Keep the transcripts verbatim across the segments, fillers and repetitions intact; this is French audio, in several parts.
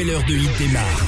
nouvelle heure de hit démarre.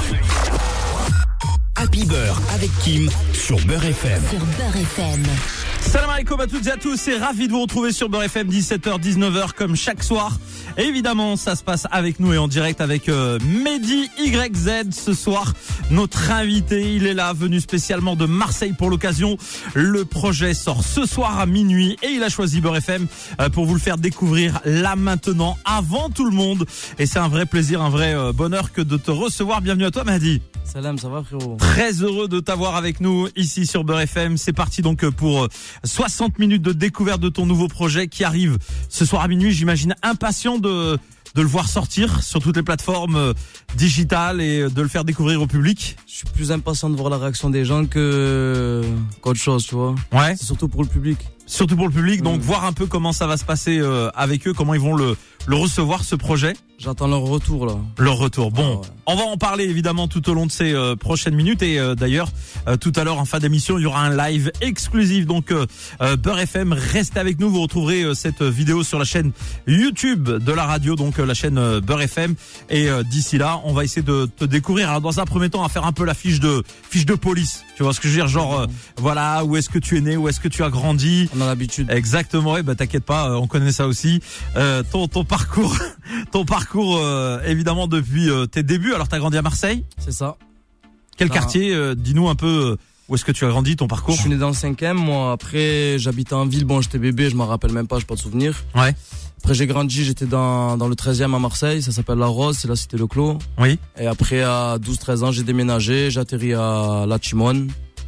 Happy Beurre avec Kim sur Beurre F M. Sur Beurre F M. Salam alaikum à toutes et à tous, et ravi de vous retrouver sur Beurre F M, dix-sept heures dix-neuf heures comme chaque soir. Et évidemment, ça se passe avec nous et en direct avec euh, Mehdi Y Z ce soir. Notre invité, il est là, venu spécialement de Marseille pour l'occasion. Le projet sort ce soir à minuit et il a choisi Beurre F M euh, pour vous le faire découvrir là maintenant, avant tout le monde. Et c'est un vrai plaisir, un vrai euh, bonheur que de te recevoir. Bienvenue à toi Mehdi. Salam, ça va frérot? Très heureux de t'avoir avec nous ici sur Beurre F M. C'est parti donc pour soixante minutes de découverte de ton nouveau projet qui arrive ce soir à minuit. J'imagine impatient de de le voir sortir sur toutes les plateformes digitales et de le faire découvrir au public. Je suis plus impatient de voir la réaction des gens que qu'autre chose, tu vois. Ouais. C'est surtout pour le public. Surtout pour le public, donc mmh. voir un peu comment ça va se passer euh, avec eux, comment ils vont le le recevoir ce projet. J'attends leur retour là. Leur retour. Bon, ah ouais. On va en parler évidemment tout au long de ces euh, prochaines minutes et euh, d'ailleurs euh, tout à l'heure en fin d'émission il y aura un live exclusif. Donc euh, euh, Beurre F M, restez avec nous, vous retrouverez euh, cette vidéo sur la chaîne YouTube de la radio, donc euh, la chaîne euh, Beurre F M. Et euh, d'ici là, on va essayer de te découvrir. Alors dans un premier temps, à faire un peu la fiche de fiche de police. Tu vois ce que je veux dire, genre euh, voilà, où est-ce que tu es né, où est-ce que tu as grandi. On a l'habitude. Exactement, ouais, bah t'inquiète pas, euh, on connaît ça aussi. Euh, ton ton parcours, ton parcours euh, évidemment depuis euh, tes débuts. Alors t'as grandi à Marseille. C'est ça. Quel ah. quartier euh, dis-nous un peu euh, où est-ce que tu as grandi, ton parcours. Je suis né dans le cinquième, moi. Après, j'habitais en ville. Bon, j'étais bébé, je m'en rappelle même pas, j'ai pas de souvenir. Ouais. Après, j'ai grandi, j'étais dans dans le treizième à Marseille. Ça s'appelle La Rose, c'est la cité Le Clos. Oui. Et après, à douze treize ans, j'ai déménagé, j'ai atterri à La Timone.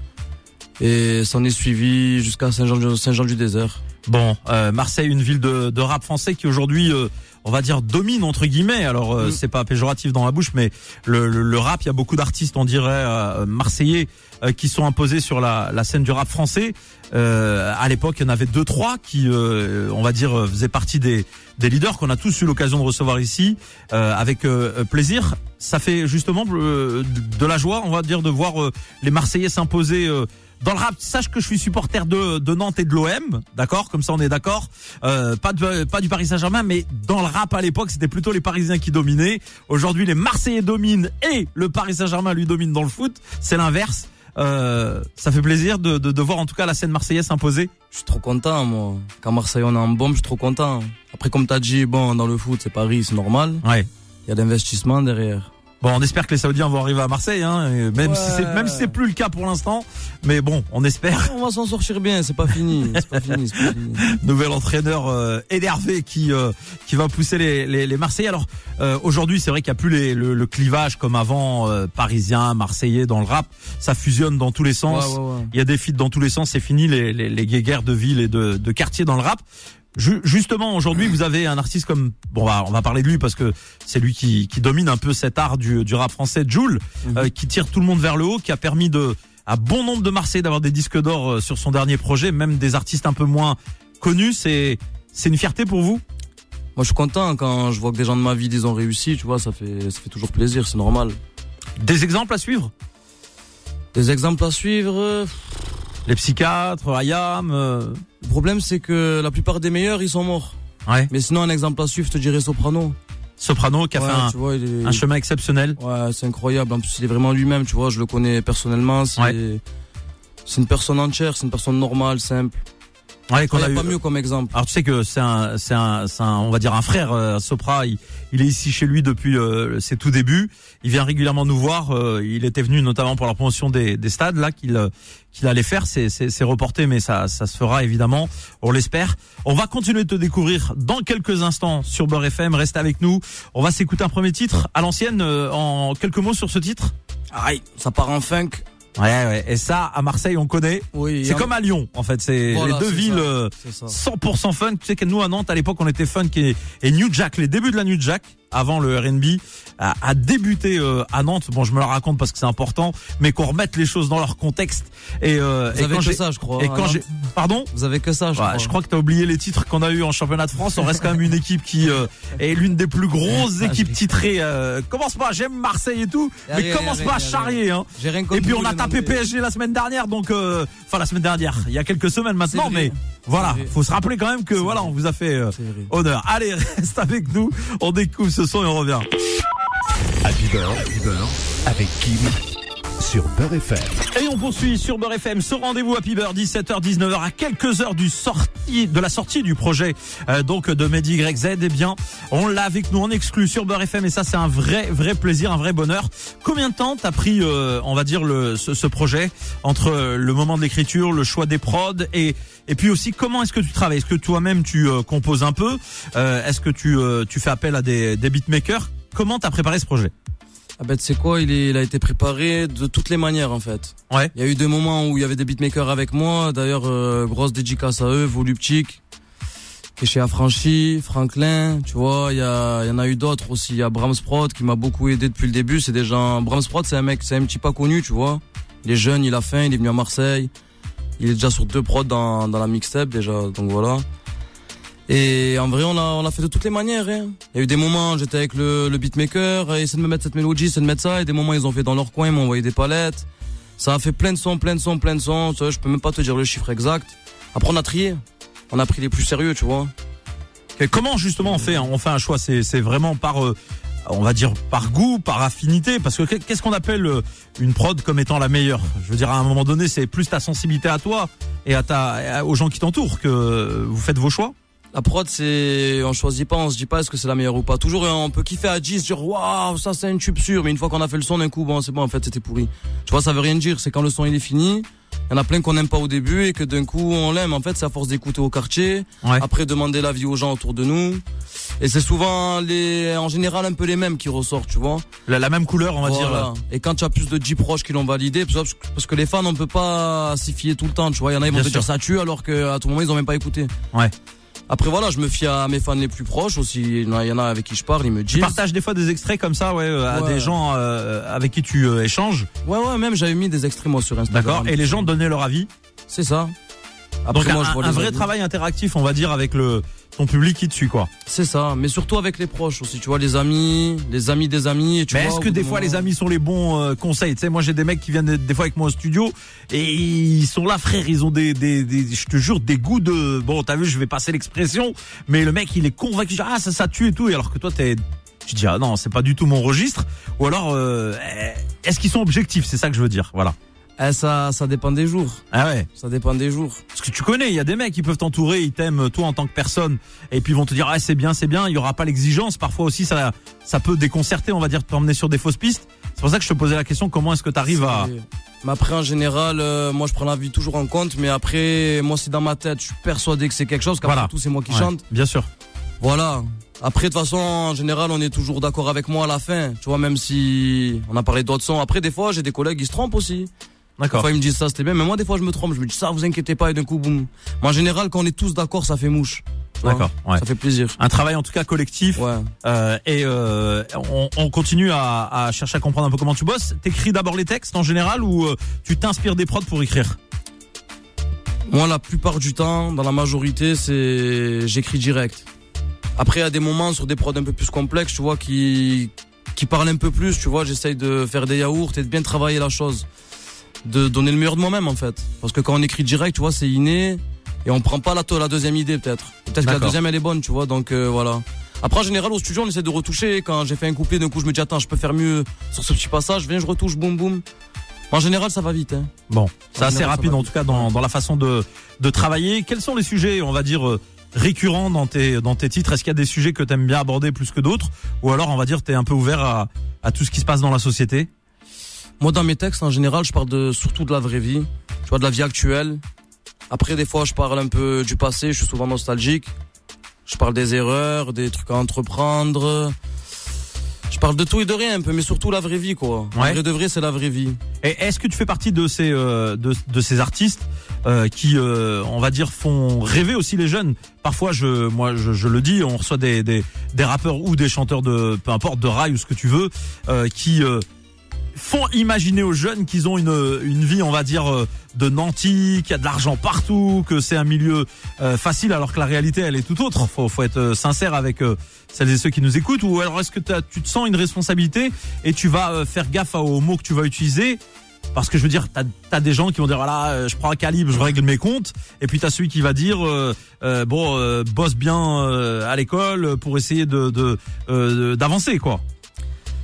Et s'en est suivi jusqu'à Saint-Jean, Saint-Jean-du-Désert. Bon, euh, Marseille, une ville de, de rap français qui aujourd'hui, euh, on va dire, domine entre guillemets. Alors, euh, mmh. c'est pas péjoratif dans la bouche, mais le, le, le rap, il y a beaucoup d'artistes, on dirait, euh, marseillais, euh, qui sont imposés sur la, la scène du rap français. Euh, à l'époque, il y en avait deux, trois qui, euh, on va dire, faisaient partie des, des leaders qu'on a tous eu l'occasion de recevoir ici, euh, avec euh, plaisir. Ça fait justement euh, de la joie, on va dire, de voir euh, les Marseillais s'imposer. Euh, Dans le rap, sache que je suis supporter de, de Nantes et de l'O M, d'accord, comme ça on est d'accord. Euh, pas de, pas du Paris Saint-Germain, mais dans le rap à l'époque, c'était plutôt les Parisiens qui dominaient. Aujourd'hui, les Marseillais dominent et le Paris Saint-Germain lui domine dans le foot. C'est l'inverse. Euh, ça fait plaisir de, de, de voir en tout cas la scène marseillaise s'imposer. Je suis trop content, moi. Quand Marseille on est en bombe, je suis trop content. Après, comme t'as dit, bon, dans le foot, c'est Paris, c'est normal. Ouais. Il y a d'investissement derrière. Bon, on espère que les Saoudiens vont arriver à Marseille, hein, même ouais. si c'est même si c'est plus le cas pour l'instant, mais bon, on espère. On va s'en sortir bien, c'est pas fini, c'est pas fini, c'est pas fini. Nouvel entraîneur euh, énervé qui euh, qui va pousser les les, les Marseillais. Alors euh, aujourd'hui, c'est vrai qu'il y a plus les, le, le clivage comme avant, euh, parisien, marseillais dans le rap, ça fusionne dans tous les sens. Ouais, ouais, ouais. Il y a des feats dans tous les sens, c'est fini les les, les guéguerres de ville et de de quartier dans le rap. Justement, aujourd'hui, vous avez un artiste comme, bon, bah, on va parler de lui parce que c'est lui qui, qui domine un peu cet art du, du rap français, Jul, mm-hmm. euh, qui tire tout le monde vers le haut, qui a permis de, à bon nombre de Marseillais d'avoir des disques d'or euh, sur son dernier projet, même des artistes un peu moins connus. C'est, c'est une fierté pour vous? Moi, je suis content quand je vois que des gens de ma vie, ils ont réussi, tu vois, ça fait, ça fait toujours plaisir, c'est normal. Des exemples à suivre? Des exemples à suivre? euh... Les psychiatres, Ayam. Euh... Le problème, c'est que la plupart des meilleurs, ils sont morts. Ouais. Mais sinon, un exemple à suivre, je te dirais Soprano. Soprano qui a ouais, fait un, tu vois, il est... un chemin exceptionnel. Ouais, c'est incroyable. En plus, il est vraiment lui-même, tu vois. Je le connais personnellement. C'est, ouais. c'est une personne entière, c'est une personne normale, simple. Ouais, qu'on il a a eu... pas mieux comme exemple. Alors tu sais que c'est un, c'est un, c'est un, on va dire un frère, euh, Sopra. Il, il est ici chez lui depuis euh, ses tout débuts. Il vient régulièrement nous voir. Euh, il était venu notamment pour la promotion des, des stades là qu'il, qu'il allait faire. C'est, c'est, c'est reporté, mais ça, ça se fera évidemment. On l'espère. On va continuer de te découvrir dans quelques instants sur Beurre F M. Reste avec nous. On va s'écouter un premier titre à l'ancienne. Euh, en quelques mots sur ce titre. Aïe, ça part en funk. Ouais, ouais. Et ça, à Marseille, on connaît. Oui. C'est comme à Lyon, en fait. C'est voilà, les deux c'est villes ça, euh, cent pour cent funk. Tu sais que nous, à Nantes, à l'époque, on était funk et, et New Jack. Les débuts de la New Jack, avant le R and B, a, a débuté euh, à Nantes. Bon, je me le raconte parce que c'est important, mais qu'on remette les choses dans leur contexte. Et, euh, Vous et avez quand que j'ai, ça, je crois. Et quand j'ai, pardon? Vous avez que ça, je ouais, crois. Je crois que t'as oublié les titres qu'on a eu en championnat de France. On reste quand même une équipe qui euh, est l'une des plus grosses équipes titrées. Euh, commence pas, j'aime Marseille et tout, mais rien, commence rien, pas à rien, charrier. Hein. J'ai rien et puis on vous, a tapé P S G la semaine dernière, donc euh, enfin la semaine dernière, il y a quelques semaines maintenant, mais voilà, faut se rappeler quand même que c'est voilà, vrai. On vous a fait euh, honneur. Allez, reste avec nous, on découvre ce son et on revient. Happy Beurre, Happy Beurre avec Kim sur Beurre F M. Et on poursuit sur Beurre F M ce rendez-vous Happy Beurre, dix-sept heures dix-neuf heures, à quelques heures du sortie de la sortie du projet euh, donc de Mehdi Y Z. Eh bien, on l'a avec nous en exclu sur Beurre F M et ça c'est un vrai vrai plaisir, un vrai bonheur. Combien de temps t'as pris, euh, on va dire le ce, ce projet entre le moment de l'écriture, le choix des prods et et puis aussi comment est-ce que tu travailles? Est-ce que toi-même tu euh, composes un peu? euh, Est-ce que tu euh, tu fais appel à des des beatmakers? Comment t'as préparé ce projet? Ah ben, tu sais quoi, il, est, il a été préparé de toutes les manières, en fait. Ouais. Il y a eu des moments où il y avait des beatmakers avec moi. D'ailleurs, euh, grosse dédicace à eux, Voluptique, qui est chez Affranchi, Franklin, tu vois. Il y a, il y en a eu d'autres aussi. Il y a Bramsprod qui m'a beaucoup aidé depuis le début. C'est des gens, Bramsprod, c'est un mec, c'est un petit pas connu, tu vois. Il est jeune, il a faim, il est venu à Marseille. Il est déjà sur deux prods dans, dans la mixtape, déjà. Donc voilà. Et en vrai, on a, on a fait de toutes les manières, hein. Il y a eu des moments, j'étais avec le, le beatmaker, essayer de me mettre cette mélodie, essayer de mettre ça, et des moments, ils ont fait dans leur coin, ils m'ont envoyé des palettes. Ça a fait plein de sons, plein de sons, plein de sons. Tu vois, je peux même pas te dire le chiffre exact. Après, on a trié. On a pris les plus sérieux, tu vois. Et comment, justement, on fait, on fait un choix? C'est, c'est vraiment par, euh, on va dire, par goût, par affinité? Parce que qu'est-ce qu'on appelle une prod comme étant la meilleure? Je veux dire, à un moment donné, c'est plus ta sensibilité à toi et à ta, aux gens qui t'entourent que vous faites vos choix? La prod, c'est, on choisit pas, on se dit pas est-ce que c'est la meilleure ou pas. Toujours, on peut kiffer à dix, dire waouh, ça c'est une tube sûre, mais une fois qu'on a fait le son d'un coup, bon, c'est bon, en fait, c'était pourri. Tu vois, ça veut rien dire, c'est quand le son il est fini, il y en a plein qu'on n'aime pas au début et que d'un coup on l'aime. En fait, c'est à force d'écouter au quartier, ouais. Après demander l'avis aux gens autour de nous. Et c'est souvent les, en général, un peu les mêmes qui ressortent, tu vois. La, la même couleur, on va voilà. dire. Là. Et quand tu as plus de dix proches qui l'ont validé, parce que les fans, on peut pas s'y fier tout le temps, tu vois. Il y en a, ils vont Bien te sûr. dire ça tue alors qu'à tout moment, ils ont même pas écouté. Ouais. Après voilà, je me fie à mes fans les plus proches aussi. Il y en a avec qui je parle, ils me disent. Tu partages des fois des extraits comme ça, ouais, à ouais. des gens euh, avec qui tu euh, échanges. Ouais, ouais, même j'avais mis des extraits moi sur Instagram. D'accord. Et les gens donnaient leur avis. C'est ça. Après, donc moi, un, je vois un les vrai avis. travail interactif, on va dire, avec le ton public qui te suit, quoi. C'est ça, mais surtout avec les proches aussi. Tu vois, les amis, les amis des amis. Et tu mais vois, est-ce que des fois moment... les amis sont les bons euh, conseils? Tu sais, moi j'ai des mecs qui viennent des, des fois avec moi au studio et ils sont là, frère. Ils ont des, des, des, je te jure, des goûts de. Bon, t'as vu, je vais passer l'expression, mais le mec il est convaincu. Ah, ça, ça tue et tout. Et alors que toi, t'es, tu dis ah non, c'est pas du tout mon registre. Ou alors, euh, est-ce qu'ils sont objectifs? C'est ça que je veux dire. Voilà. Eh, ça, ça dépend des jours. Ah ouais. Ça dépend des jours. Parce que tu connais, il y a des mecs qui peuvent t'entourer, ils t'aiment toi en tant que personne, et puis ils vont te dire ah c'est bien, c'est bien. Il y aura pas l'exigence. Parfois aussi ça, ça peut déconcerter, on va dire, te emmener sur des fausses pistes. C'est pour ça que je te posais la question, comment est-ce que tu arrives à. Mais après en général, euh, moi je prends la vie toujours en compte, mais après moi c'est dans ma tête, je suis persuadé que c'est quelque chose. Qu'après voilà. tout c'est moi qui ouais, chante. Bien sûr. Voilà. Après de toute façon en général on est toujours d'accord avec moi à la fin. Tu vois, même si on a parlé d'autres sons. Après des fois j'ai des collègues qui se trompent aussi. D'accord. Des fois ils me disent ça c'était bien, mais moi des fois je me trompe, je me dis ça vous inquiétez pas et d'un coup boum. Mais en général quand on est tous d'accord ça fait mouche. D'accord. Ouais. Ça fait plaisir. Un travail en tout cas collectif. Ouais. Euh, et euh, on, on continue à, à chercher à comprendre un peu comment tu bosses. T'écris d'abord les textes en général ou euh, tu t'inspires des prods pour écrire? Moi la plupart du temps, dans la majorité, c'est j'écris direct. Après il y a des moments sur des prods un peu plus complexes, tu vois, qui qui parlent un peu plus, tu vois, j'essaye de faire des yaourts et de bien travailler la chose. De donner le meilleur de moi-même en fait. Parce que quand on écrit direct, tu vois, c'est inné et on prend pas la, la deuxième idée peut-être. Peut-être que la deuxième elle est bonne, tu vois, donc euh, voilà. Après en général au studio on essaie de retoucher. Quand j'ai fait un couplet d'un coup je me dis attends je peux faire mieux sur ce petit passage, viens je retouche, boum boum. En général ça va vite hein. Bon, c'est assez général, rapide en tout cas dans, dans la façon de, de travailler. Quels sont les sujets, on va dire, euh, récurrents dans tes, dans tes titres? Est-ce qu'il y a des sujets que t'aimes bien aborder plus que d'autres? Ou alors on va dire t'es un peu ouvert à, à tout ce qui se passe dans la société? Moi dans mes textes en général je parle de surtout de la vraie vie, tu vois, de la vie actuelle. Après des fois je parle un peu du passé, je suis souvent nostalgique. Je parle des erreurs, des trucs à entreprendre. Je parle de tout et de rien un peu, mais surtout la vraie vie quoi. Ouais. Le vrai de vrai c'est la vraie vie. Et est-ce que tu fais partie de ces euh, de, de ces artistes euh, qui euh, on va dire font rêver aussi les jeunes? Parfois je moi je, je le dis, on reçoit des, des des rappeurs ou des chanteurs de peu importe de rail ou ce que tu veux euh, qui euh, font imaginer aux jeunes qu'ils ont une une vie, on va dire, de nantis, qu'il y a de l'argent partout, que c'est un milieu euh, facile, alors que la réalité elle est tout autre. Faut faut être sincère avec euh, celles et ceux qui nous écoutent. Ou alors est-ce que tu te sens une responsabilité et tu vas euh, faire gaffe aux mots que tu vas utiliser? Parce que je veux dire, t'as as des gens qui vont dire voilà, euh, je prends un calibre, je règle mes comptes, et puis t'as celui qui va dire euh, euh, bon, euh, bosse bien euh, à l'école pour essayer de de euh, d'avancer quoi.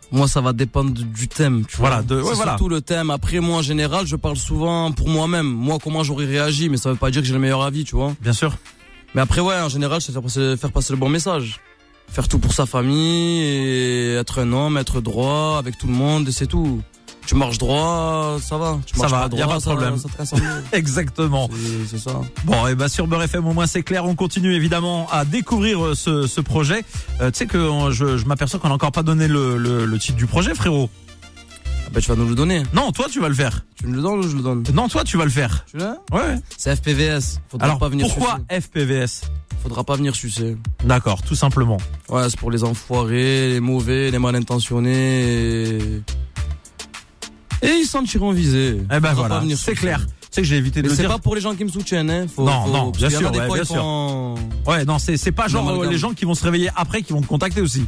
Moi, ça va dépendre du thème, tu Voilà, vois. de, ouais, c'est voilà. surtout le thème. Après, moi, en général, je parle souvent pour moi-même. Moi, comment j'aurais réagi, mais ça veut pas dire que j'ai le meilleur avis, tu vois. Bien sûr. Mais après, ouais, en général, c'est faire passer, faire passer le bon message. Faire tout pour sa famille et être un homme, être droit avec tout le monde et c'est tout. Tu marches droit, ça va. Tu Ça marches va, pas droit, y a pas de ça, problème. ça te casse en deux. Exactement. C'est, c'est ça. Bon, et bah sur Beurre F M, au moins c'est clair. On continue évidemment à découvrir ce, ce projet. Euh, tu sais que euh, je, je m'aperçois qu'on n'a encore pas donné le, le, le titre du projet, frérot. Ah bah, tu vas nous le donner. Non, toi tu vas le faire. Tu me le donnes ou je le donne? Non, toi tu vas le faire. Tu l'as? Ouais. C'est F P V S. Faudra Alors pas venir pourquoi sucer. F P V S? Faudra pas venir sucer. D'accord, tout simplement. Ouais, c'est pour les enfoirés, les mauvais, les mal intentionnés et... Et ils s'en tireront visés. Eh ben voilà, c'est sucer. clair. Tu sais que j'ai évité de Mais le c'est dire. pas pour les gens qui me soutiennent, hein. Faut, Non, faut, non, parce bien qu'il y en a sûr, des ouais, fois, bien ils sûr. font- Ouais, non, c'est c'est pas genre L'amalgame. euh, les gens qui vont se réveiller après qui vont te contacter aussi.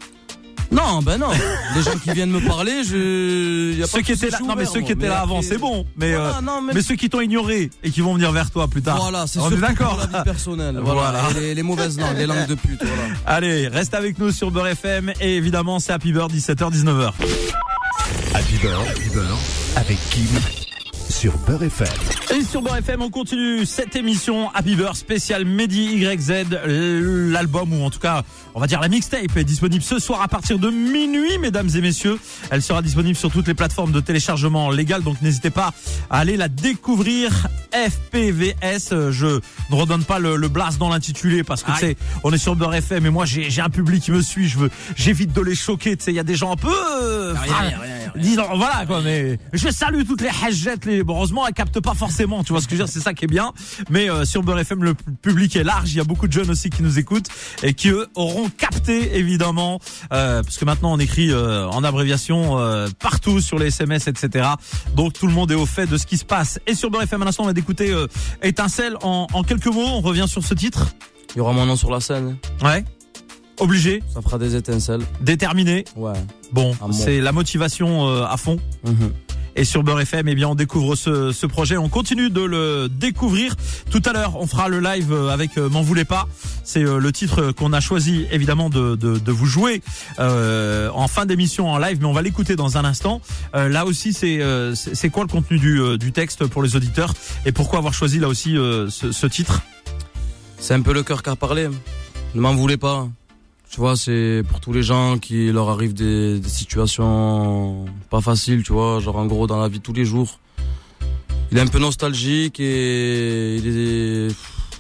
Non, ben non. Les gens qui viennent me parler, je. Y a pas Ceux de qui souci, étaient là, je suis non mais ouvert, ceux moi. qui étaient Mais là avant, après- c'est bon. Mais Voilà, euh, non, mais- mais ceux qui t'ont ignoré et qui vont venir vers toi plus tard. Voilà, c'est On est surtout d'accord. pour la vie personnelle. Voilà. Voilà. Et les, les mauvaises langues, les langues de pute, voilà. Allez, reste avec nous sur Beurre F M et évidemment c'est Happy Bird dix-sept heures dix-neuf heures. Happy Beurre, Happy Beurre, avec Kim sur Beurre F M. Et sur Beurre F M, on continue cette émission Happy Beurre spécial Mehdi Y Z, l'album ou en tout cas, on va dire la mixtape est disponible ce soir à partir de minuit, mesdames et messieurs. Elle sera disponible sur toutes les plateformes de téléchargement légal, donc n'hésitez pas à aller la découvrir. F P V S, je ne redonne pas le, le blast dans l'intitulé parce que tu sais, on est sur Beurre F M et moi j'ai j'ai un public qui me suit, je veux, j'évite de les choquer, tu sais, il y a des gens un peu, euh, Rien, fra- rien, rien, rien. disons, voilà quoi, mais je salue toutes les hajjettes, les, bon, heureusement elles captent pas forcément, tu vois ce que je veux dire, c'est ça qui est bien, mais euh, sur Beurre F M le public est large, il y a beaucoup de jeunes aussi qui nous écoutent et qui eux auront capté évidemment, euh, parce que maintenant on écrit euh, en abréviation euh, partout sur les S M S, et cetera. Donc tout le monde est au fait de ce qui se passe. Et sur Beurre F M à l'instant on va d'écouter euh, Étincelle en, en quelques mots, on revient sur ce titre. Il y aura mon nom sur la scène. Ouais. Obligé, Ça fera des étincelles. déterminé. Ouais. Bon, Ah bon. c'est la motivation euh, à fond. Mhm. Et sur Beurre F M, eh bien, on découvre ce, ce projet. On continue de le découvrir. Tout à l'heure, on fera le live avec euh, M'en voulez pas. C'est euh, le titre qu'on a choisi, évidemment, de, de, de vous jouer euh, en fin d'émission en live, mais on va l'écouter dans un instant. Euh, là aussi, c'est, euh, c'est c'est quoi le contenu du, euh, du texte pour les auditeurs et pourquoi avoir choisi là aussi euh, ce, ce titre? C'est un peu le cœur qui a parlé. Ne m'en voulez pas. Tu vois, c'est pour tous les gens qui leur arrivent des, des situations pas faciles, tu vois, genre en gros dans la vie de tous les jours. Il est un peu nostalgique et il est...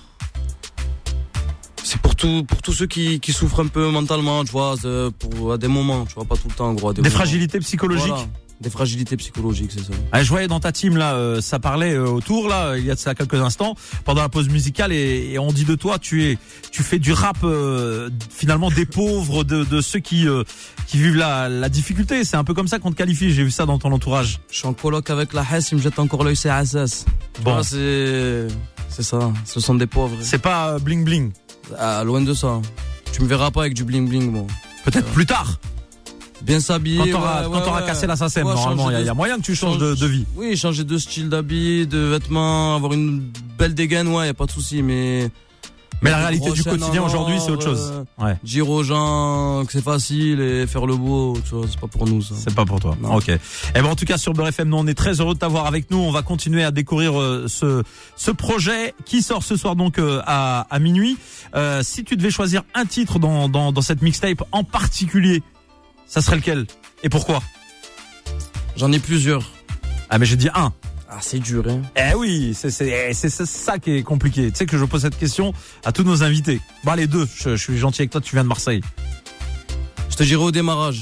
C'est pour tout, pour tous ceux qui, qui souffrent un peu mentalement, tu vois, c'est pour, à des moments, tu vois, pas tout le temps, en gros. à Des moments. fragilités psychologiques. Voilà. Des fragilités psychologiques, c'est ça. Ah, je voyais dans ta team là, euh, ça parlait euh, autour là, il y a de ça quelques instants, pendant la pause musicale, et, et on dit de toi, tu es, tu fais du rap euh, finalement des pauvres, de, de ceux qui euh, qui vivent la, la difficulté. C'est un peu comme ça qu'on te qualifie. J'ai vu ça dans ton entourage. Je suis en coloc avec la Hesse, il me jette encore l'œil C S S. Bon. Bon, c'est, c'est ça. Ce sont des pauvres. C'est pas euh, bling bling. Ah, loin de ça. Tu me verras pas avec du bling bling, bon. Peut-être plus tard, Bien s'habiller. quand t'auras ouais, quand ouais, t'auras ouais. cassé la S A C M. Ouais, Normalement, il y, a- changer il y a de- moyen que tu changes de, de vie. Oui, changer de style d'habit, de vêtements, avoir une belle dégaine, ouais, y a pas de souci, mais. Mais la Des réalité du gros chaînes quotidien en aujourd'hui, or, c'est autre chose. euh, Ouais. Dire aux gens que c'est facile et faire le beau, tu vois, c'est pas pour nous, ça. C'est pas pour toi. Non. Ok. Eh ben en tout cas sur Beurre F M, nous on est très heureux de t'avoir avec nous. On va continuer à découvrir euh, ce ce projet qui sort ce soir donc euh, à à minuit. Euh, si tu devais choisir un titre dans dans dans cette mixtape en particulier, ça serait lequel et pourquoi? J'en ai plusieurs. Ah mais j'ai dit un. Ah, c'est dur, hein. Eh oui, c'est c'est c'est c'est ça qui est compliqué. Tu sais que je pose cette question à tous nos invités. Bon les deux, je, je suis gentil avec toi, tu viens de Marseille. Je te dirais au démarrage.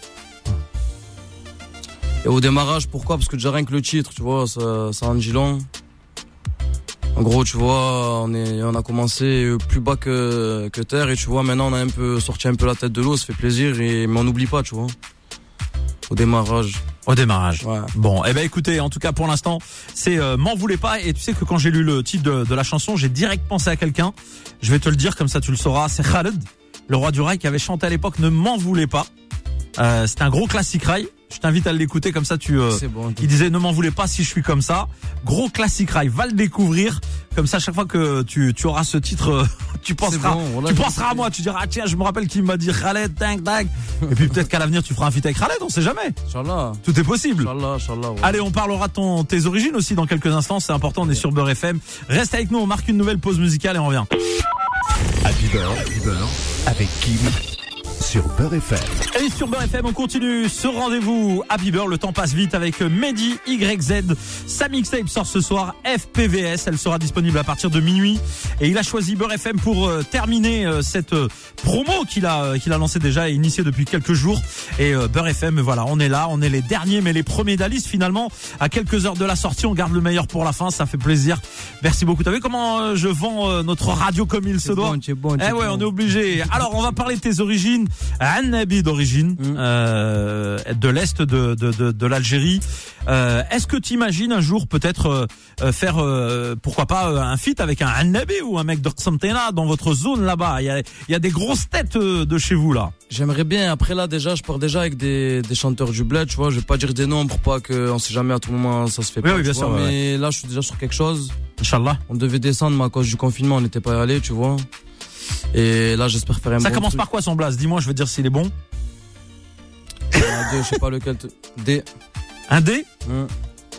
Et au démarrage, pourquoi? Parce que déjà rien que le titre, tu vois, ça, ça en dit long. En gros, tu vois, on est, on a commencé plus bas que, que terre et tu vois, maintenant on a un peu sorti un peu la tête de l'eau, ça fait plaisir et, mais on n'oublie pas, tu vois. Au démarrage. Au démarrage. Ouais. Bon, eh ben écoutez, en tout cas pour l'instant, c'est euh, M'en voulez pas. Et tu sais que quand j'ai lu le titre de, de la chanson, j'ai direct pensé à quelqu'un. Je vais te le dire comme ça, tu le sauras. C'est Khaled, le roi du rail, qui avait chanté à l'époque Ne m'en voulez pas. Euh, c'était un gros classique rail. Je t'invite à l'écouter comme ça tu... Euh, C'est bon. il disait ne m'en voulez pas si je suis comme ça. Gros classique rail, va le découvrir. Comme ça, chaque fois que tu, tu auras ce titre, euh, tu penseras, bon, voilà, tu je penseras à moi. Tu diras, ah, tiens, je me rappelle qu'il m'a dit Khaled, ding, ding. Et puis peut-être qu'à l'avenir, tu feras un feat avec Khaled, on sait jamais. Inch'Allah. Tout est possible. Inch'Allah, Inch'Allah. Ouais. Allez, on parlera de ton, tes origines aussi dans quelques instants. C'est important, on est sur Beurre F M. Reste avec nous, on marque une nouvelle pause musicale et on revient. Happy Beurre, Happy Beurre, avec Kim sur Beurre F M. Et sur Beurre F M, on continue ce rendez-vous Happy Beurre. Le temps passe vite avec Mehdi Y Z. Sa mixtape sort ce soir, F P V S. Elle sera disponible à partir de minuit. Et il a choisi Beurre F M pour euh, terminer euh, cette euh, promo qu'il a euh, qu'il a lancée déjà et initiée depuis quelques jours. Et euh, Beurre F M, voilà, on est là, on est les derniers, mais les premiers d'Alice finalement. À quelques heures de la sortie, on garde le meilleur pour la fin. Ça fait plaisir. Merci beaucoup. T'as vu comment euh, je vends euh, notre radio comme il se doit? Bon, c'est bon, Eh c'est ouais, bon. on est obligé. Alors, on va parler de tes origines. Annabi d'origine, Mm. euh, de l'est de de de, de l'Algérie. Euh, est-ce que tu imagines un jour peut-être euh, faire euh, pourquoi pas euh, un feat avec un Annabi ou un mec de Samtena dans votre zone là-bas? Il y a il y a des grosses têtes euh, de chez vous là. J'aimerais bien. Après là, déjà, je pars déjà avec des, des chanteurs du bled, tu vois. Je vais pas dire des noms pour pas que, on sait jamais à tout moment, ça se fait Oui, pas. oui, bien tu sûr, vois, ouais, mais là, je suis déjà sur quelque chose. Inch'Allah. On devait descendre, mais à cause du confinement, on n'était pas allé, tu vois. Et là, j'espère faire un Ça bon commence truc. par quoi son blast? Dis-moi, je veux dire s'il est bon. Il y en a deux, je sais pas lequel. te- D. Un D. Hum.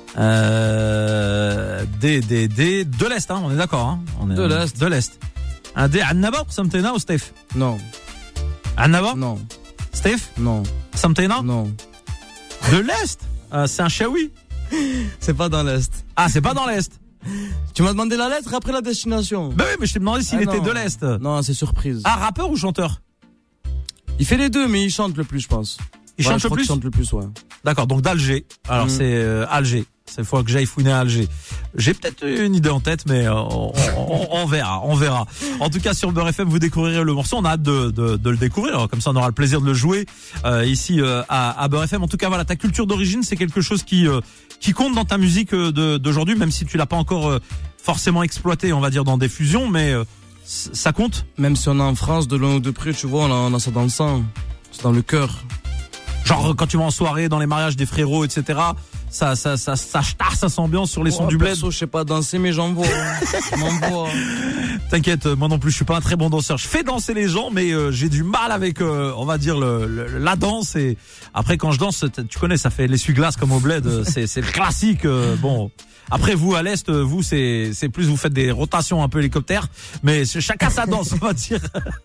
Euh, D D D de l'est, hein. On est d'accord, hein. On est De l'Est. De l'est. Un D Annaba, Samtena ou Steph? Non, Annaba, non, Steph, non, Samtena. non. De l'est. Euh, c'est un Chaoui. C'est pas dans l'Est. Ah, c'est pas dans l'est. Tu m'as demandé la lettre après la destination. Bah oui, mais je t'ai demandé s'il Ah, était non. de l'Est. Non, c'est surprise. Ah, rappeur ou chanteur? Il fait les deux, mais il chante le plus, je pense. Il Ouais, chante je le crois plus? qu'il chante le plus, ouais. D'accord, donc d'Alger. Alors Mm. c'est euh, Alger. C'est fois que j'aille fouiner à Alger. J'ai peut-être une idée en tête, mais euh, on, on, on verra, on verra. En tout cas, sur Beurre F M, vous découvrirez le morceau. On a hâte de, de, de le découvrir. Alors, comme ça, on aura le plaisir de le jouer euh, ici euh, à, à Beurre F M. En tout cas, voilà, ta culture d'origine, c'est quelque chose qui euh, qui compte dans ta musique euh, de, d'aujourd'hui, même si tu l'as pas encore euh, forcément exploité, on va dire, dans des fusions, mais euh, c- ça compte. Même si on est en France, de loin ou de près, tu vois, on a, on a ça dans le sang. C'est dans le cœur. Genre quand tu vas en soirée, dans les mariages des frérots, et cetera. Ça, ça, ça, ça, ça, ça s'ambiance sur les sons Oh, du bled. perso, je sais pas danser, mais j'en vois. j'en vois. T'inquiète, moi non plus, je suis pas un très bon danseur. Je fais danser les gens, mais euh, j'ai du mal avec, euh, on va dire, le, le- la danse. Et après, quand je danse, t- tu connais, ça fait l'essuie-glace comme au bled. euh, C'est, c'est le classique. euh, bon. Après, vous, à l'Est, euh, vous, c'est, c'est plus, vous faites des rotations un peu hélicoptères. Mais c'est- chacun sa danse, on va dire.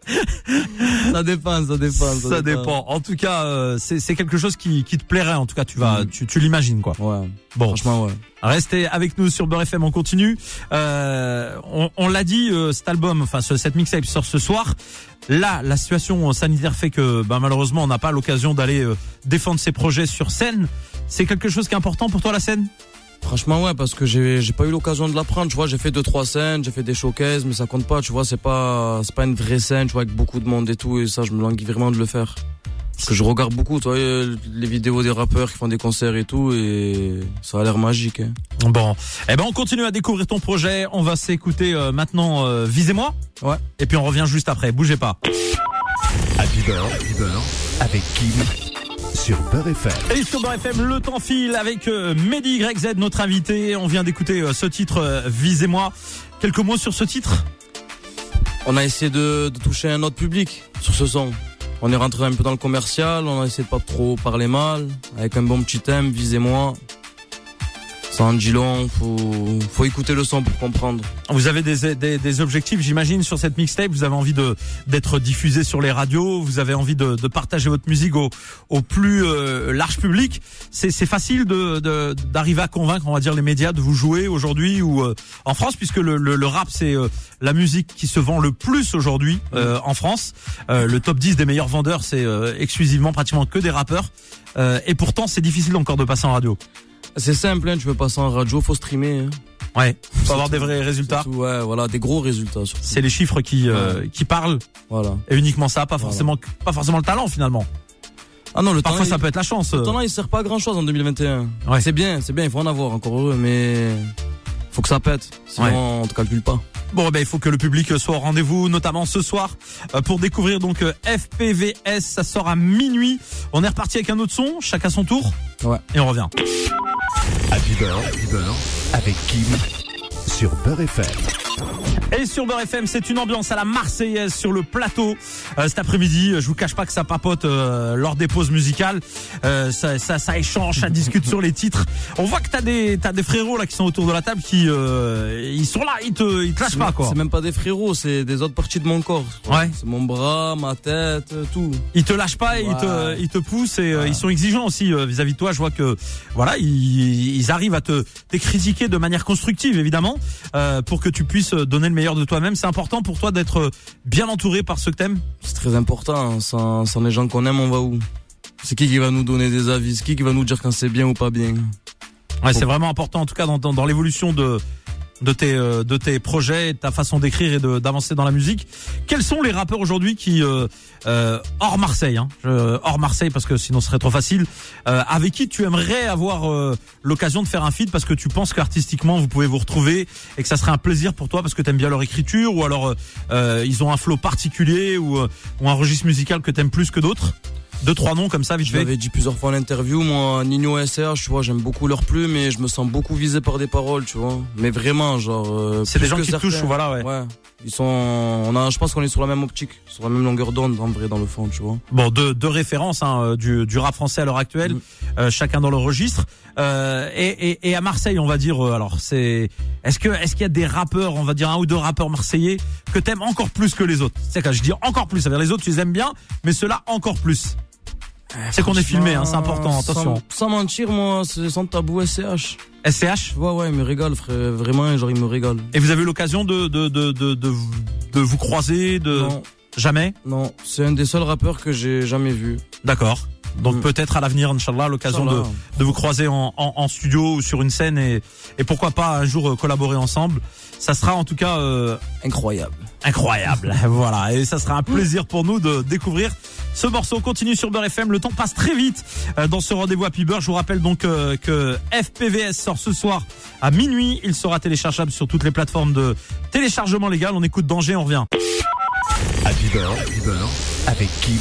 Ça dépend, ça dépend. Ça dépend. En tout cas, euh, c'est, c'est quelque chose qui, qui te plairait. En tout cas, tu vas, Mm. tu, tu l'imagines, quoi. Ouais, Bon. franchement, ouais. Restez avec nous sur Beurre F M, on continue. Euh, on, on l'a dit, euh, cet album, enfin ce, cette mixtape sort ce soir. Là, la situation sanitaire fait que, ben, malheureusement, on n'a pas l'occasion d'aller euh, défendre ses projets sur scène. C'est quelque chose qui est important pour toi, la scène? Franchement, ouais, parce que j'ai, j'ai pas eu l'occasion de l'apprendre. Tu vois, j'ai fait deux, trois scènes, j'ai fait des showcases, mais ça compte pas. Tu vois, c'est pas, c'est pas une vraie scène, tu vois, avec beaucoup de monde et tout. Et ça, je me languis vraiment de le faire. Parce que je regarde beaucoup, tu vois, les vidéos des rappeurs qui font des concerts et tout, et ça a l'air magique. Hein. Bon, eh ben on continue à découvrir ton projet. On va s'écouter euh, maintenant euh, Visez-moi. Ouais. Et puis on revient juste après. Bougez pas. Happy Beurre, Happy Beurre, avec Kim sur Beurre F M. Et sur Beurre F M, le temps file avec euh, Mehdi Y Z, notre invité. On vient d'écouter euh, ce titre euh, Visez-moi. Quelques mots sur ce titre? On a essayé de, de toucher un autre public sur ce son. On est rentré un peu dans le commercial, on a essayé de pas trop parler mal, avec un bon petit thème, Visez-moi. Ça en dit long, faut, faut écouter le son pour comprendre. Vous avez des, des, des objectifs, j'imagine, sur cette mixtape. Vous avez envie de d'être diffusé sur les radios. Vous avez envie de, de partager votre musique au, au plus euh, large public. C'est, c'est facile de, de d'arriver à convaincre, on va dire, les médias de vous jouer aujourd'hui ou euh, en France, puisque le, le, le rap c'est euh, la musique qui se vend le plus aujourd'hui euh, en France. Euh, le top dix des meilleurs vendeurs, c'est euh, exclusivement pratiquement que des rappeurs. Euh, et pourtant, c'est difficile encore de passer en radio. C'est simple, hein, tu veux passer en radio, faut streamer. Hein. Ouais, faut avoir des vrais résultats. Surtout, ouais, voilà, des gros résultats surtout. C'est les chiffres qui euh, Ouais. qui parlent. Voilà. Et uniquement ça, pas Voilà. forcément pas forcément le talent finalement. Ah non, le Parfois talent, ça il- peut être la chance. le talent, il sert pas à grand chose en deux mille vingt et un. Ouais. C'est bien, c'est bien, il faut en avoir, encore heureux, mais faut que ça pète. Sinon, Ouais. on te calcule pas. Bon, ben il faut que le public soit au rendez-vous, notamment ce soir, pour découvrir donc F P V S. Ça sort à minuit. On est reparti avec un autre son, chacun son tour. Ouais. Et on revient. Happy Beurre, Happy Beurre, avec Kim sur Beurre F M. Et sur Beurre F M, c'est une ambiance à la Marseillaise sur le plateau. Euh, cet après-midi, je vous cache pas que ça papote euh, lors des pauses musicales. Euh, ça, ça, ça échange, ça discute sur les titres. On voit que t'as des, t'as des frérots là qui sont autour de la table qui, euh, ils sont là, ils te, ils te lâchent pas quoi. C'est même pas des frérots, c'est des autres parties de mon corps. Ouais. C'est mon bras, ma tête, tout. Ils te lâchent pas, et ouais. ils te, ils te poussent et euh, ouais. ils sont exigeants aussi euh, vis-à-vis de toi. Je vois que, voilà, ils, ils arrivent à te, te critiquer de manière constructive évidemment, euh, pour que tu puisses donner le meilleur de toi-même. C'est important pour toi d'être bien entouré par ceux que t'aimes? C'est très important. Sans, sans les gens qu'on aime, on va où? C'est qui qui va nous donner des avis? C'est qui qui va nous dire quand c'est bien ou pas bien? Ouais, c'est vraiment important en tout cas dans, dans, dans l'évolution de de tes euh, de tes projets, de ta façon d'écrire et de d'avancer dans la musique. Quels sont les rappeurs aujourd'hui qui euh, euh, hors Marseille, hein, je, hors Marseille parce que sinon ce serait trop facile, euh, avec qui tu aimerais avoir euh, l'occasion de faire un feat parce que tu penses qu'artistiquement vous pouvez vous retrouver et que ça serait un plaisir pour toi parce que t'aimes bien leur écriture ou alors euh, ils ont un flow particulier ou, ou un registre musical que t'aimes plus que d'autres? Deux, trois noms comme ça, vite fait. Je l'avais dit plusieurs fois en interview, moi, Nino et S C H, tu vois, j'aime beaucoup leurs plumes et je me sens beaucoup visé par des paroles, tu vois. Mais vraiment, genre. Euh, c'est des gens qui certains. touchent, voilà, ouais. Ouais. Ils sont, on a, je pense qu'on est sur la même optique, sur la même longueur d'onde, en vrai, dans le fond, tu vois. Bon, deux, deux références, hein, du, du rap français à l'heure actuelle, mmh. euh, chacun dans leur registre. Euh, et, et, et à Marseille, on va dire, euh, alors, c'est, est-ce que, est-ce qu'il y a des rappeurs, on va dire un ou deux rappeurs marseillais que t'aimes encore plus que les autres? C'est que je dis encore plus, c'est-à-dire les autres, tu les aimes bien, mais ceux-là encore plus. C'est qu'on est filmé, hein, c'est important, attention. Sans, sans mentir, moi, c'est sans tabou S C H. S C H? Ouais, ouais, il me régale, frère, vraiment, genre, il me régale. Et vous avez eu l'occasion de, de, de, de, de, de vous croiser, de... Non. Jamais? Non, c'est un des seuls rappeurs que j'ai jamais vu. D'accord. Donc mmh. peut-être à l'avenir, Inch'Allah, l'occasion de, de vous croiser en, en, en studio ou sur une scène et, et pourquoi pas un jour collaborer ensemble. Ça sera en tout cas euh, incroyable. Incroyable. Voilà. Et ça sera un plaisir pour nous de découvrir ce morceau. On continue sur Beurre F M. Le temps passe très vite euh, dans ce rendez-vous Happy Beurre. Je vous rappelle donc euh, que F P V S sort ce soir à minuit. Il sera téléchargeable sur toutes les plateformes de téléchargement légal. On écoute Danger, on revient. Happy Beurre, Happy Beurre avec Kim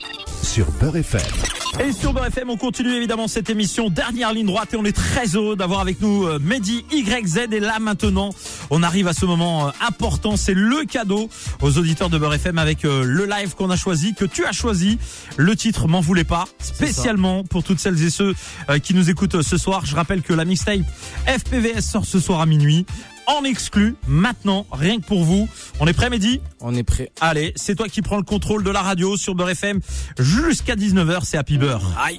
sur Beurre F M. Et sur Beurre F M, on continue évidemment cette émission dernière ligne droite et on est très heureux d'avoir avec nous euh, Mehdi Y Z. Et là maintenant, on arrive à ce moment euh, important, c'est le cadeau aux auditeurs de Beurre F M avec euh, le live qu'on a choisi, que tu as choisi. Le titre M'en voulez pas, spécialement pour toutes celles et ceux euh, qui nous écoutent ce soir. Je rappelle que la mixtape F P V S sort ce soir à minuit. En exclu, maintenant, rien que pour vous. On est prêt, Mehdi? On est prêt. Allez, c'est toi qui prends le contrôle de la radio sur Beurre F M jusqu'à dix-neuf heures, c'est Happy Beurre. Aïe.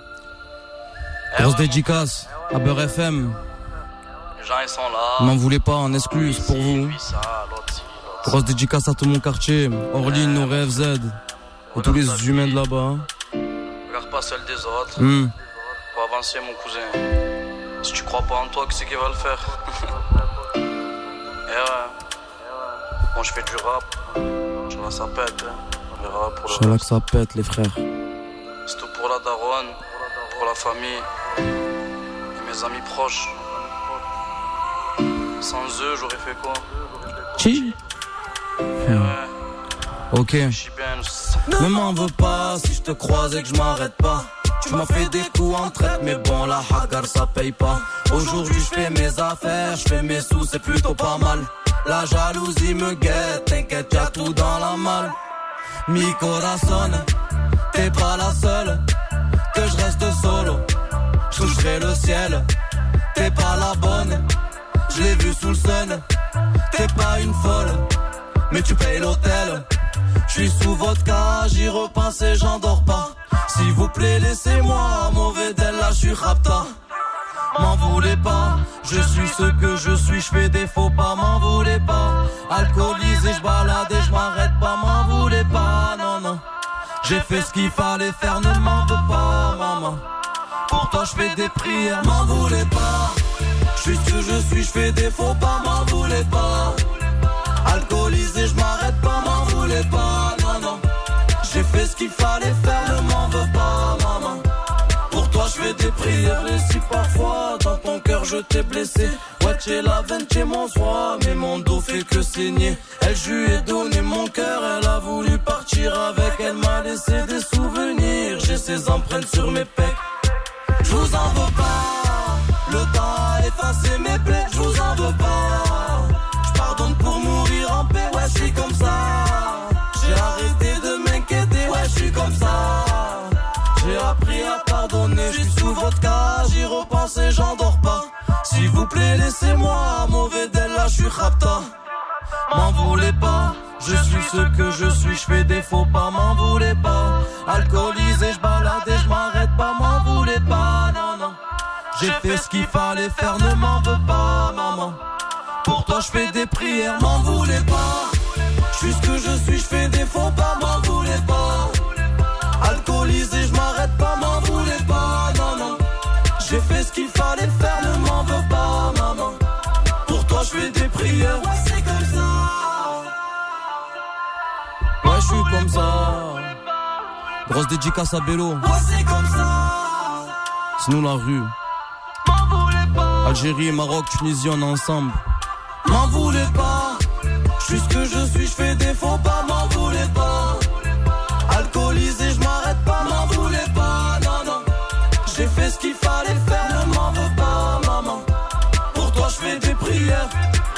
Grosse dédicace à Beurre F M. Les gens ils sont là. M'en voulez pas, en exclu, c'est pour vous. Grosse dédicace à tout mon quartier, Orline, nos rêves Z. Et tous les humains de là-bas. Regarde pas celle des autres. Mm. Faut avancer, mon cousin. Si tu crois pas en toi, qui c'est qui va le faire? Eh ouais. Bon, je fais du rap. Inch'Allah, ça pète. On verra pour le Inch'Allah reste. que ça pète, les frères. C'est tout pour la daronne, pour la famille et mes amis proches. Sans eux, j'aurais fait quoi? Chi. Eh ouais. Ok. Je suis bien. Ne m'en veux pas si je te croise et que je m'arrête pas. Tu m'as fait des coups en traite, mais bon, la hagar ça paye pas. Aujourd'hui je fais mes affaires, je fais mes sous, c'est plutôt pas mal. La jalousie me guette, t'inquiète, y'a tout dans la malle. Mi corazon, t'es pas la seule. Que je reste solo, je toucherai le ciel. T'es pas la bonne, je l'ai vu sous le sun. T'es pas une folle, mais tu payes l'hôtel. Je suis sous vodka, j'y repense et j'en dors pas. S'il vous plaît, laissez-moi, mauvais d'elle, là, je suis rapta. M'en voulez pas, je suis ce que je suis, je fais des faux pas, m'en voulez pas. Alcoolisé, je balade et je m'arrête pas, m'en voulez pas, non, non. J'ai fait ce qu'il fallait faire, ne m'en veux pas, maman. Pour toi, je fais des prières, m'en voulez pas. Je suis ce que je suis, je fais des faux pas, m'en voulez pas. Alcoolisé, je m'arrête pas, m'en voulez pas, non, non. J'ai fait ce qu'il fallait faire, ne m'en veux pas, maman. Pour toi, je fais des prières, et si parfois, dans ton cœur, je t'ai blessé. Ouais, t'es la veine, t'es mon soin, mais mon dos fait que saigner. Elle, je lui ai donné mon cœur, elle a voulu partir avec. Elle m'a laissé des souvenirs, j'ai ses empreintes sur mes pecs. Je vous en veux pas, le temps a effacé mes plaies. Je vous en veux pas, je pardonne pour mourir en paix. Ouais, je suis comme ça, j'ai arrêté de m'inquiéter. Ouais, je suis comme ça, j'ai appris à pardonner. Je suis sous votre cas, j'y repense et j'en dors pas. S'il vous plaît, laissez-moi, mauvais d'elle, là, je suis rapta. M'en voulez pas, je suis ce que je suis, je fais des faux pas, m'en voulez pas. Alcoolisé, je balade et je m'arrête pas, m'en voulez pas, non, non. J'ai fait ce qu'il fallait faire, ne m'en veux pas, maman. Pour toi, je fais des prières, m'en voulez pas. Je suis ce que je suis, je fais des faux pas, m'en voulez pas. Alcoolisé, je m'arrête pas, m'en voulez pas, non, non. J'ai fait ce qu'il fallait faire, ne m'en veux pas, maman. Pour toi, je fais des prières, ouais, c'est comme ça. Ouais, je suis comme ça. Grosse dédicace à Bello. Ouais, c'est comme ça. C'est nous la rue. M'en voulez pas. Algérie, Maroc, Tunisie, on est ensemble. M'en voulez pas. Je suis ce que je suis, je fais des faux pas, m'en voulez pas. Alcoolisé, je m'arrête pas, m'en voulez pas, non, non. J'ai fait ce qu'il fallait faire, ne m'en veux pas, maman. Pour toi, je fais des prières.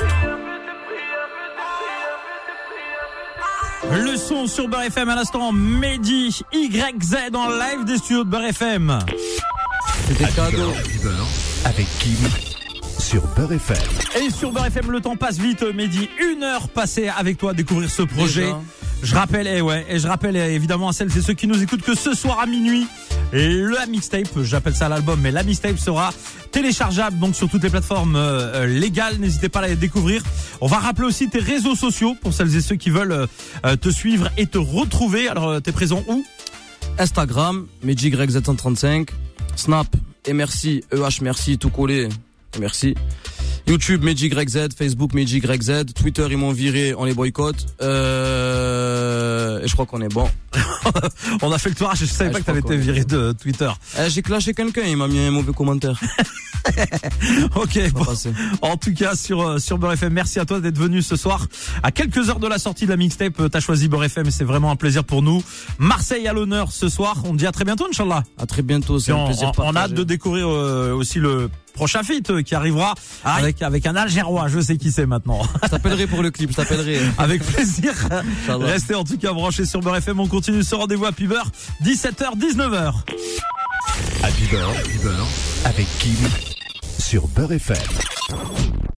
Le son sur Beurre F M à l'instant, Mehdi Y Z en live des studios de Beurre F M. C'était cadeau. Avec Kim sur Beurre F M. Et sur Beurre F M, le temps passe vite, Mehdi. Une heure passée avec toi à découvrir ce projet. Déjà. Je rappelle, et ouais, et je rappelle évidemment à celles et ceux qui nous écoutent que ce soir à minuit, la mixtape, j'appelle ça l'album, mais la mixtape sera téléchargeable donc sur toutes les plateformes euh, légales. N'hésitez pas à la découvrir. On va rappeler aussi tes réseaux sociaux pour celles et ceux qui veulent euh, te suivre et te retrouver. Alors, euh, t'es présent où? Instagram, Mehdi Y Z cent trente-cinq. Snap, et merci, E H merci, tout collé, et merci. YouTube, Mehdi Y Z, Facebook, Mehdi Y Z, Twitter, ils m'ont viré, on les boycotte. Euh, et je crois qu'on est bon. On a fait le tour, je savais Ah, pas je que t'avais crois été qu'on est viré de Twitter. Eh, j'ai clashé quelqu'un, il m'a mis un mauvais commentaire. Ok, bon. Passer. En tout cas, sur, euh, sur Beurre F M, merci à toi d'être venu ce soir. À quelques heures de la sortie de la mixtape, euh, t'as choisi Beurre F M et c'est vraiment un plaisir pour nous. Marseille à l'honneur ce soir. On te dit à très bientôt, Inch'Allah. À très bientôt, c'est on, un plaisir on, on a hâte partagé. de découvrir euh, aussi le prochain feat euh, qui arrivera avec, avec un Algérois. Je sais qui c'est maintenant. Je t'appellerai pour le clip, je t'appellerai. Avec plaisir. Inch'Allah. Restez en tout cas branchés sur Beurre F M. On continue ce rendez-vous à Piber, dix-sept heures dix-neuf heures. Happy Beurre, Happy Beurre avec Kim sur Beurre F M.